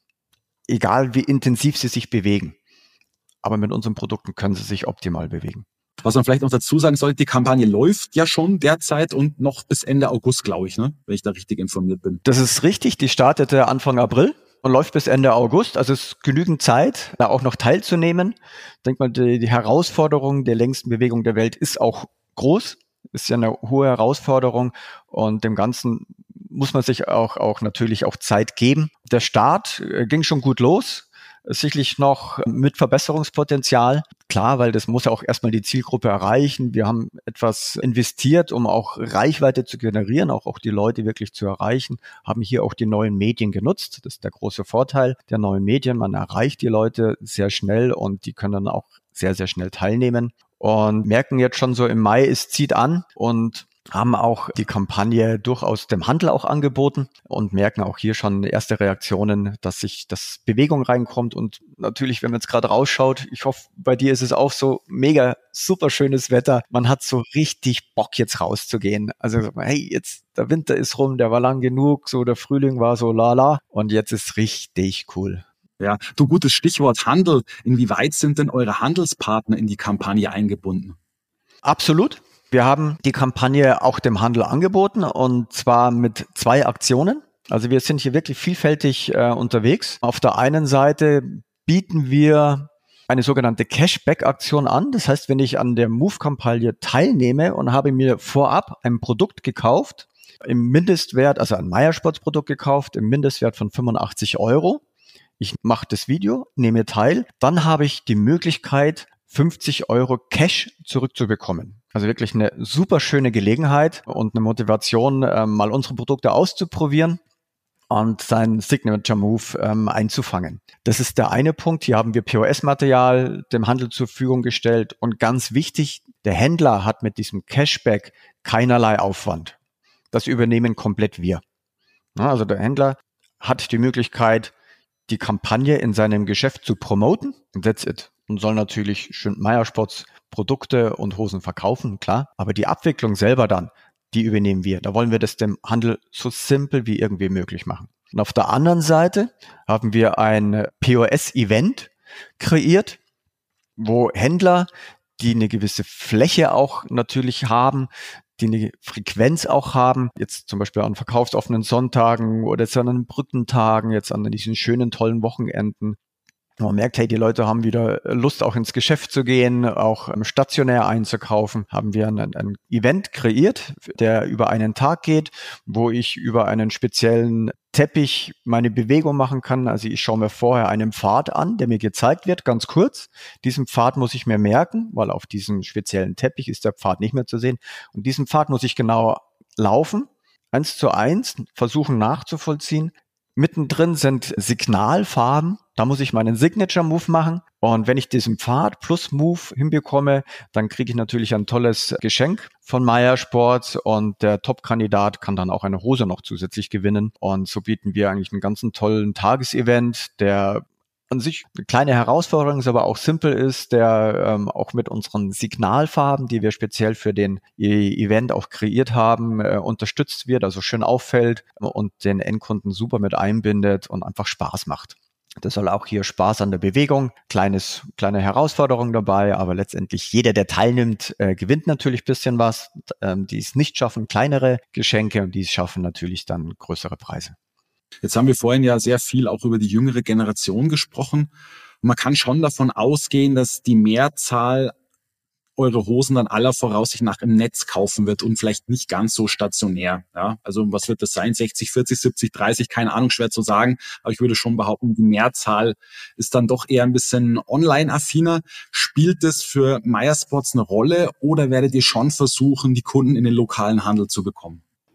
Egal wie intensiv sie sich bewegen. Aber mit unseren Produkten können sie sich optimal bewegen. Was man vielleicht noch dazu sagen sollte, die Kampagne läuft ja schon derzeit und noch bis Ende August, glaube ich, ne? Wenn ich da richtig informiert bin. Das ist richtig, die startete Anfang April und läuft bis Ende August. Also es ist genügend Zeit, da auch noch teilzunehmen. Ich denke mal, die, die Herausforderung der längsten Bewegung der Welt ist auch groß. Ist ja eine hohe Herausforderung und dem Ganzen muss man sich auch, auch natürlich auch Zeit geben. Der Start ging schon gut los, sicherlich noch mit Verbesserungspotenzial. Klar, weil das muss ja auch erstmal die Zielgruppe erreichen. Wir haben etwas investiert, um auch Reichweite zu generieren, auch, auch die Leute wirklich zu erreichen, haben hier auch die neuen Medien genutzt. Das ist der große Vorteil der neuen Medien. Man erreicht die Leute sehr schnell und die können dann auch sehr, sehr schnell teilnehmen. Und merken jetzt schon so im Mai, es zieht an und haben auch die Kampagne durchaus dem Handel auch angeboten und merken auch hier schon erste Reaktionen, dass sich das Bewegung reinkommt. Und natürlich, wenn man jetzt gerade rausschaut, ich hoffe, bei dir ist es auch so mega super schönes Wetter. Man hat so richtig Bock, jetzt rauszugehen. Also hey, jetzt der Winter ist rum, der war lang genug, so der Frühling war so lala und jetzt ist richtig cool. Ja, du, gutes Stichwort Handel. Inwieweit sind denn eure Handelspartner in die Kampagne eingebunden? Absolut. Wir haben die Kampagne auch dem Handel angeboten und zwar mit zwei Aktionen. Also wir sind hier wirklich vielfältig äh, unterwegs. Auf der einen Seite bieten wir eine sogenannte Cashback-Aktion an. Das heißt, wenn ich an der Move-Kampagne teilnehme und habe mir vorab ein Produkt gekauft, im Mindestwert, also ein Meyer-Sports-Produkt gekauft, im Mindestwert von fünfundachtzig Euro, ich mache das Video, nehme teil, dann habe ich die Möglichkeit, fünfzig Euro Cash zurückzubekommen. Also wirklich eine super schöne Gelegenheit und eine Motivation, ähm, mal unsere Produkte auszuprobieren und seinen Signature Move ähm, einzufangen. Das ist der eine Punkt. Hier haben wir P O S-Material dem Handel zur Verfügung gestellt und ganz wichtig, der Händler hat mit diesem Cashback keinerlei Aufwand. Das übernehmen komplett wir. Ja, also der Händler hat die Möglichkeit, die Kampagne in seinem Geschäft zu promoten. That's it. Und soll natürlich schön Meyer Sports Produkte und Hosen verkaufen, klar. Aber die Abwicklung selber dann, die übernehmen wir. Da wollen wir das dem Handel so simpel wie irgendwie möglich machen. Und auf der anderen Seite haben wir ein P O S-Event kreiert, wo Händler, die eine gewisse Fläche auch natürlich haben, die eine Frequenz auch haben, jetzt zum Beispiel an verkaufsoffenen Sonntagen oder jetzt an den Brückentagen, jetzt an diesen schönen, tollen Wochenenden. Man merkt, hey, die Leute haben wieder Lust, auch ins Geschäft zu gehen, auch stationär einzukaufen. Haben wir ein, ein Event kreiert, der über einen Tag geht, wo ich über einen speziellen Teppich meine Bewegung machen kann. Also ich schaue mir vorher einen Pfad an, der mir gezeigt wird, ganz kurz. Diesen Pfad muss ich mir merken, weil auf diesem speziellen Teppich ist der Pfad nicht mehr zu sehen. Und diesen Pfad muss ich genau laufen, eins zu eins, versuchen nachzuvollziehen. Mittendrin sind Signalfarben. Da muss ich meinen Signature Move machen. Und wenn ich diesen Pfad plus Move hinbekomme, dann kriege ich natürlich ein tolles Geschenk von Meyer Sports und der Top-Kandidat kann dann auch eine Hose noch zusätzlich gewinnen. Und so bieten wir eigentlich einen ganzen tollen Tagesevent, der an sich eine kleine Herausforderung ist, aber auch simpel ist, der ähm, auch mit unseren Signalfarben, die wir speziell für den e- Event auch kreiert haben, äh, unterstützt wird, also schön auffällt und den Endkunden super mit einbindet und einfach Spaß macht. Das soll auch hier Spaß an der Bewegung, kleines, kleine Herausforderung dabei, aber letztendlich jeder, der teilnimmt, äh, gewinnt natürlich ein bisschen was. Ähm, die es nicht schaffen, kleinere Geschenke und die es schaffen natürlich dann größere Preise. Jetzt haben wir vorhin ja sehr viel auch über die jüngere Generation gesprochen. Und man kann schon davon ausgehen, dass die Mehrzahl eure Hosen dann aller Voraussicht nach im Netz kaufen wird und vielleicht nicht ganz so stationär. Ja, also was wird das sein? sechzig, vierzig, siebzig, dreißig? Keine Ahnung, schwer zu sagen. Aber ich würde schon behaupten, die Mehrzahl ist dann doch eher ein bisschen online-affiner. Spielt das für Meyer Sports eine Rolle oder werdet ihr schon versuchen, die Kunden in den lokalen Handel zu bekommen?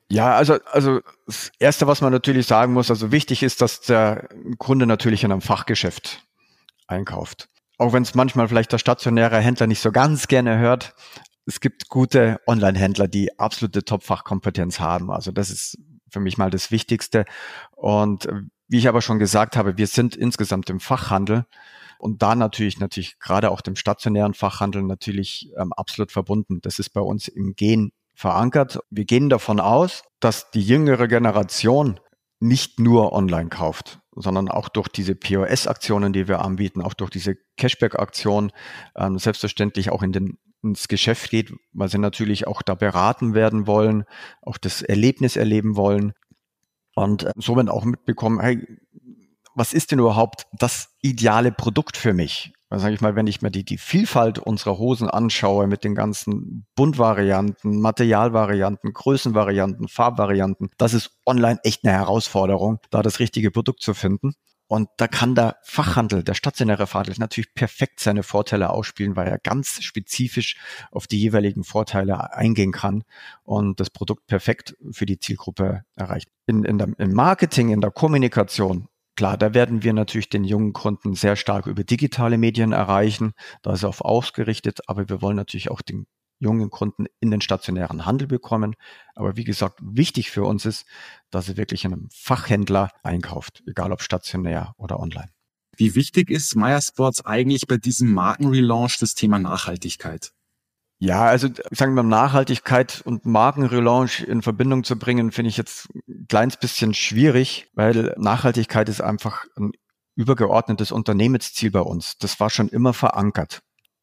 Ja, also, also das Erste, was man natürlich sagen muss, also wichtig ist, dass der Kunde natürlich in einem Fachgeschäft einkauft. Auch wenn es manchmal vielleicht der stationäre Händler nicht so ganz gerne hört. Es gibt gute Online-Händler, die absolute Top-Fachkompetenz haben. Also das ist für mich mal das Wichtigste. Und wie ich aber schon gesagt habe, wir sind insgesamt im Fachhandel und da natürlich, natürlich gerade auch dem stationären Fachhandel natürlich ähm, absolut verbunden. Das ist bei uns im Gen verankert. Wir gehen davon aus, dass die jüngere Generation nicht nur online kauft, sondern auch durch diese P O S-Aktionen, die wir anbieten, auch durch diese Cashback-Aktion, ähm, selbstverständlich auch in den, ins Geschäft geht, weil sie natürlich auch da beraten werden wollen, auch das Erlebnis erleben wollen und äh, somit auch mitbekommen, hey, was ist denn überhaupt das ideale Produkt für mich? Also sage ich mal, wenn ich mir die, die Vielfalt unserer Hosen anschaue mit den ganzen Buntvarianten, Materialvarianten, Größenvarianten, Farbvarianten, das ist online echt eine Herausforderung, da das richtige Produkt zu finden. Und da kann der Fachhandel, der stationäre Fachhandel natürlich perfekt seine Vorteile ausspielen, weil er ganz spezifisch auf die jeweiligen Vorteile eingehen kann und das Produkt perfekt für die Zielgruppe erreicht. In, in der, im Marketing, in der Kommunikation, klar, da werden wir natürlich den jungen Kunden sehr stark über digitale Medien erreichen. Da ist er auf ausgerichtet, aber wir wollen natürlich auch den jungen Kunden in den stationären Handel bekommen. Aber wie gesagt, wichtig für uns ist, dass er wirklich in einem Fachhändler einkauft, egal ob stationär oder online. Wie wichtig ist Meyer Sports eigentlich bei diesem Markenrelaunch das Thema Nachhaltigkeit? Ja, also sagen wir mal, Nachhaltigkeit und Markenrelaunch in Verbindung zu bringen, finde ich jetzt ein kleines bisschen schwierig, weil Nachhaltigkeit ist einfach ein übergeordnetes Unternehmensziel bei uns. Das war schon immer verankert.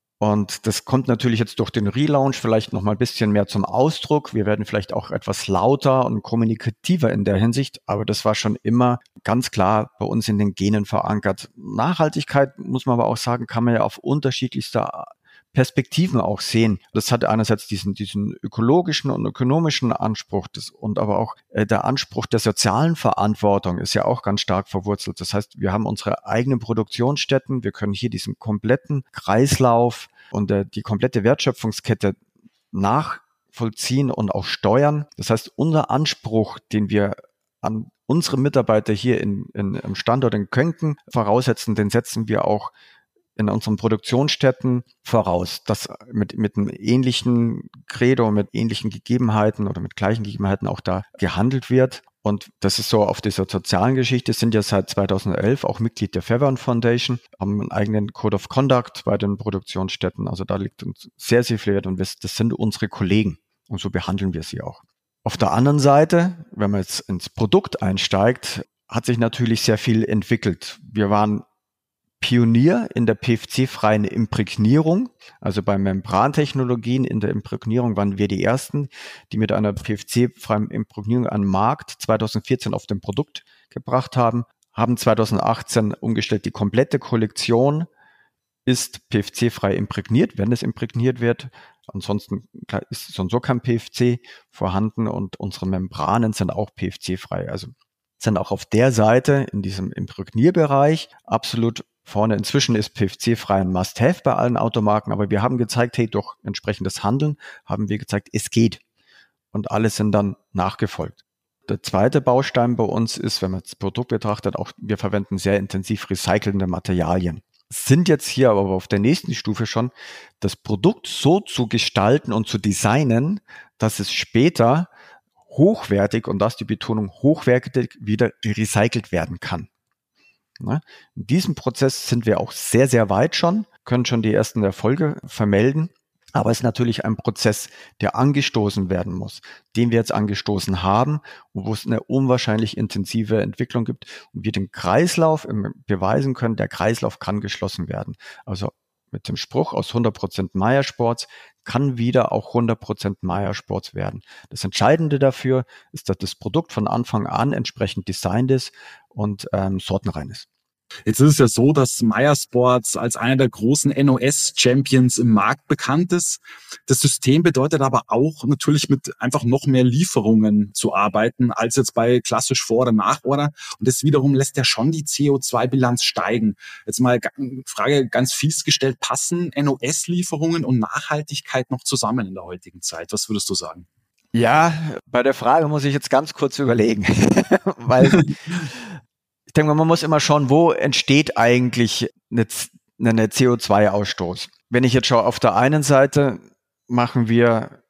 Und das kommt natürlich jetzt durch den Relaunch vielleicht noch mal ein bisschen mehr zum Ausdruck. Wir werden vielleicht auch etwas lauter und kommunikativer in der Hinsicht, aber das war schon immer ganz klar bei uns in den Genen verankert. Nachhaltigkeit, muss man aber auch sagen, kann man ja auf unterschiedlichster Perspektiven auch sehen. Das hat einerseits diesen, diesen ökologischen und ökonomischen Anspruch das, und aber auch äh, der Anspruch der sozialen Verantwortung ist ja auch ganz stark verwurzelt. Das heißt, wir haben unsere eigenen Produktionsstätten, wir können hier diesen kompletten Kreislauf und äh, die komplette Wertschöpfungskette nachvollziehen und auch steuern. Das heißt, unser Anspruch, den wir an unsere Mitarbeiter hier in, in, im Standort in Könken voraussetzen, den setzen wir auch in unseren Produktionsstätten voraus, dass mit, mit einem ähnlichen Credo, mit ähnlichen Gegebenheiten oder mit gleichen Gegebenheiten auch da gehandelt wird. Und das ist so auf dieser sozialen Geschichte, sind ja seit zweitausendelf auch Mitglied der Fairbairn Foundation, haben einen eigenen Code of Conduct bei den Produktionsstätten. Also da liegt uns sehr, sehr viel Wert und das sind unsere Kollegen und so behandeln wir sie auch. Auf der anderen Seite, wenn man jetzt ins Produkt einsteigt, hat sich natürlich sehr viel entwickelt. Wir waren Pionier in der P F C-freien Imprägnierung, also bei Membrantechnologien in der Imprägnierung waren wir die Ersten, die mit einer P F C-freien Imprägnierung an den Markt zweitausendvierzehn auf dem Produkt gebracht haben, haben zweitausendachtzehn umgestellt. Die komplette Kollektion ist P F C-frei imprägniert, wenn es imprägniert wird. Ansonsten ist so und so kein P F C vorhanden und unsere Membranen sind auch P F C-frei. Also sind auch auf der Seite in diesem Imprägnierbereich absolut vorne. Inzwischen ist P F C-frei ein Must-Have bei allen Automarken, aber wir haben gezeigt, hey, durch entsprechendes Handeln haben wir gezeigt, es geht. Und alle sind dann nachgefolgt. Der zweite Baustein bei uns ist, wenn man das Produkt betrachtet, auch wir verwenden sehr intensiv recycelnde Materialien. Sind jetzt hier aber auf der nächsten Stufe schon, das Produkt so zu gestalten und zu designen, dass es später hochwertig, und das die Betonung hochwertig, wieder recycelt werden kann. In diesem Prozess sind wir auch sehr, sehr weit schon, können schon die ersten Erfolge vermelden. Aber es ist natürlich ein Prozess, der angestoßen werden muss, den wir jetzt angestoßen haben und wo es eine unwahrscheinlich intensive Entwicklung gibt und wir den Kreislauf beweisen können, der Kreislauf kann geschlossen werden. Also mit dem Spruch aus hundert Prozent Meyer Sports kann wieder auch hundert Prozent Meyer Sports werden. Das Entscheidende dafür ist, dass das Produkt von Anfang an entsprechend designt ist und ähm, sortenrein ist. Jetzt ist es ja so, dass Meyer Sports als einer der großen N O S-Champions im Markt bekannt ist. Das System bedeutet aber auch natürlich mit einfach noch mehr Lieferungen zu arbeiten, als jetzt bei klassisch Vor- oder Nachorder. Und das wiederum lässt ja schon die C O zwei Bilanz steigen. Jetzt mal Frage ganz fies gestellt, passen N O S-Lieferungen und Nachhaltigkeit noch zusammen in der heutigen Zeit? Was würdest du sagen? Ja, bei der Frage muss ich jetzt ganz kurz überlegen, weil ich denke mal, man muss immer schauen, wo entsteht eigentlich eine, eine C O zwei Ausstoß. Wenn ich jetzt schaue, auf der einen Seite machen wir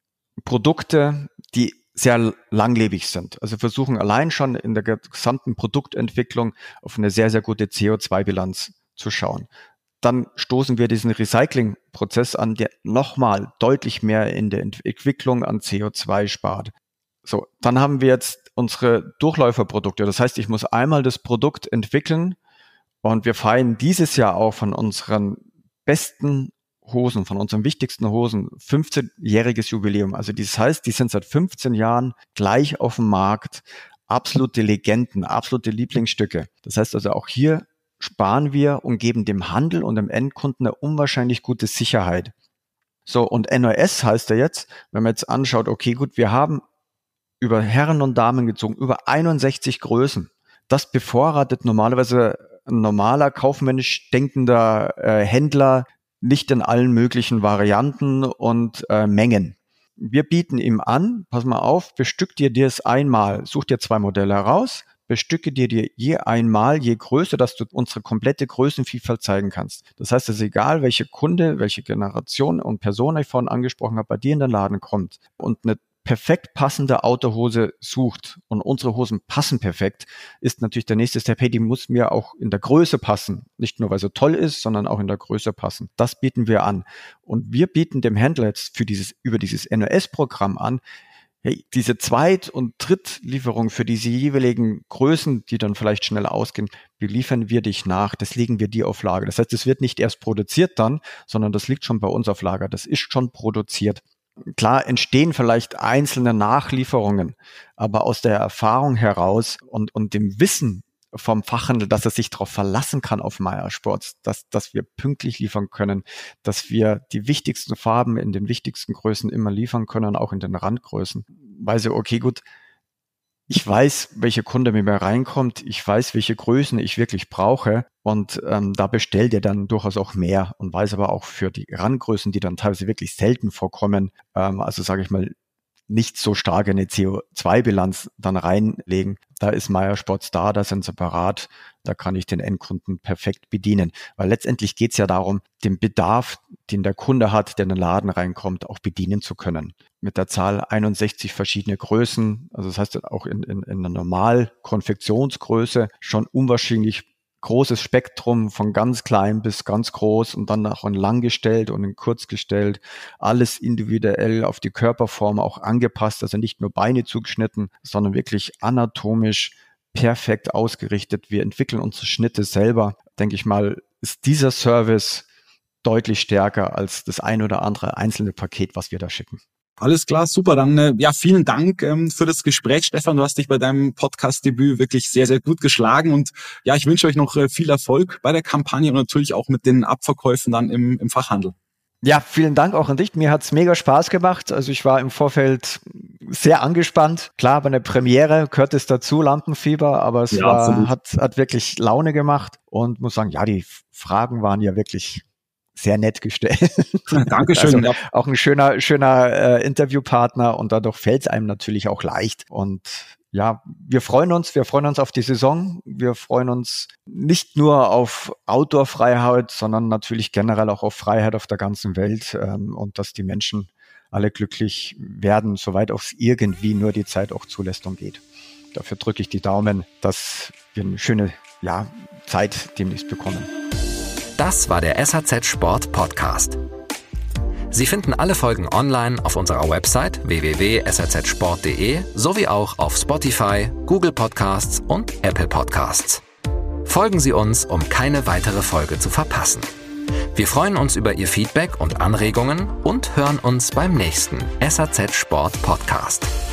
Produkte, die sehr langlebig sind. Also versuchen allein schon in der gesamten Produktentwicklung auf eine sehr, sehr gute C O zwei Bilanz zu schauen. Dann stoßen wir diesen Recyclingprozess an, der nochmal deutlich mehr in der Entwicklung an C O zwei spart. So, dann haben wir jetzt unsere Durchläuferprodukte. Das heißt, ich muss einmal das Produkt entwickeln und wir feiern dieses Jahr auch von unseren besten Hosen, von unseren wichtigsten Hosen, fünfzehnjähriges Jubiläum. Also das heißt, die sind seit fünfzehn Jahren gleich auf dem Markt, absolute Legenden, absolute Lieblingsstücke. Das heißt also auch hier sparen wir und geben dem Handel und dem Endkunden eine unwahrscheinlich gute Sicherheit. So, und N O S heißt ja jetzt, wenn man jetzt anschaut, okay, gut, wir haben über Herren und Damen gezogen, über einundsechzig Größen. Das bevorratet normalerweise ein normaler, kaufmännisch denkender äh, Händler nicht in allen möglichen Varianten und äh, Mengen. Wir bieten ihm an, pass mal auf, bestück dir das einmal, such dir zwei Modelle heraus, bestücke dir dir je einmal, je größer, dass du unsere komplette Größenvielfalt zeigen kannst. Das heißt, es ist egal, welche Kunde, welche Generation und Person ich vorhin angesprochen habe, bei dir in den Laden kommt und eine perfekt passende Outerhose sucht und unsere Hosen passen perfekt, ist natürlich der nächste Step, hey, die muss mir auch in der Größe passen. Nicht nur, weil sie toll ist, sondern auch in der Größe passen. Das bieten wir an. Und wir bieten dem Händler jetzt für dieses, über dieses N O S-Programm an, hey, diese Zweit- und Drittlieferung für diese jeweiligen Größen, die dann vielleicht schneller ausgehen, beliefern wir dich nach. Das legen wir dir auf Lager. Das heißt, es wird nicht erst produziert dann, sondern das liegt schon bei uns auf Lager. Das ist schon produziert. Klar entstehen vielleicht einzelne Nachlieferungen, aber aus der Erfahrung heraus und, und dem Wissen vom Fachhandel, dass er sich darauf verlassen kann auf Meyer Sports, dass, dass wir pünktlich liefern können, dass wir die wichtigsten Farben in den wichtigsten Größen immer liefern können, auch in den Randgrößen. Weil sie, okay, gut, ich weiß, welche Kunde mit mir reinkommt, ich weiß, welche Größen ich wirklich brauche und ähm, da bestellt er dann durchaus auch mehr und weiß aber auch für die Randgrößen, die dann teilweise wirklich selten vorkommen, ähm, also sage ich mal, nicht so stark eine C O zwei Bilanz dann reinlegen. Da ist Meyer Sports da, da sind separat, da kann ich den Endkunden perfekt bedienen. Weil letztendlich geht es ja darum, den Bedarf, den der Kunde hat, der in den Laden reinkommt, auch bedienen zu können. Mit der Zahl einundsechzig verschiedene Größen, also das heißt auch in, in, in einer Normal-Konfektionsgröße schon unwahrscheinlich großes Spektrum von ganz klein bis ganz groß und dann auch in lang gestellt und in kurz gestellt. Alles individuell auf die Körperform auch angepasst, also nicht nur Beine zugeschnitten, sondern wirklich anatomisch perfekt ausgerichtet. Wir entwickeln unsere Schnitte selber. Denke ich mal, ist dieser Service deutlich stärker als das ein oder andere einzelne Paket, was wir da schicken. Alles klar, super. Dann äh, ja, vielen Dank ähm, für das Gespräch, Stefan. Du hast dich bei deinem Podcast-Debüt wirklich sehr, sehr gut geschlagen. Und ja, ich wünsche euch noch äh, viel Erfolg bei der Kampagne und natürlich auch mit den Abverkäufen dann im, im Fachhandel. Ja, vielen Dank auch an dich. Mir hat's mega Spaß gemacht. Also ich war im Vorfeld sehr angespannt. Klar, bei einer Premiere gehört es dazu, Lampenfieber, aber es Ja, war, hat, hat wirklich Laune gemacht und muss sagen, ja, die Fragen waren ja wirklich sehr nett gestellt. Dankeschön. Also ja. auch ein schöner, schöner äh, Interviewpartner und dadurch fällt es einem natürlich auch leicht. Und ja, wir freuen uns, wir freuen uns auf die Saison. Wir freuen uns nicht nur auf Outdoor-Freiheit, sondern natürlich generell auch auf Freiheit auf der ganzen Welt ähm, und dass die Menschen alle glücklich werden, soweit auch irgendwie nur die Zeit auch zulässt und geht. Dafür drücke ich die Daumen, dass wir eine schöne ja, Zeit demnächst bekommen. Das war der S H Z Sport Podcast. Sie finden alle Folgen online auf unserer Website w w w punkt s h z sport punkt d e sowie auch auf Spotify, Google Podcasts und Apple Podcasts. Folgen Sie uns, um keine weitere Folge zu verpassen. Wir freuen uns über Ihr Feedback und Anregungen und hören uns beim nächsten S H Z Sport Podcast.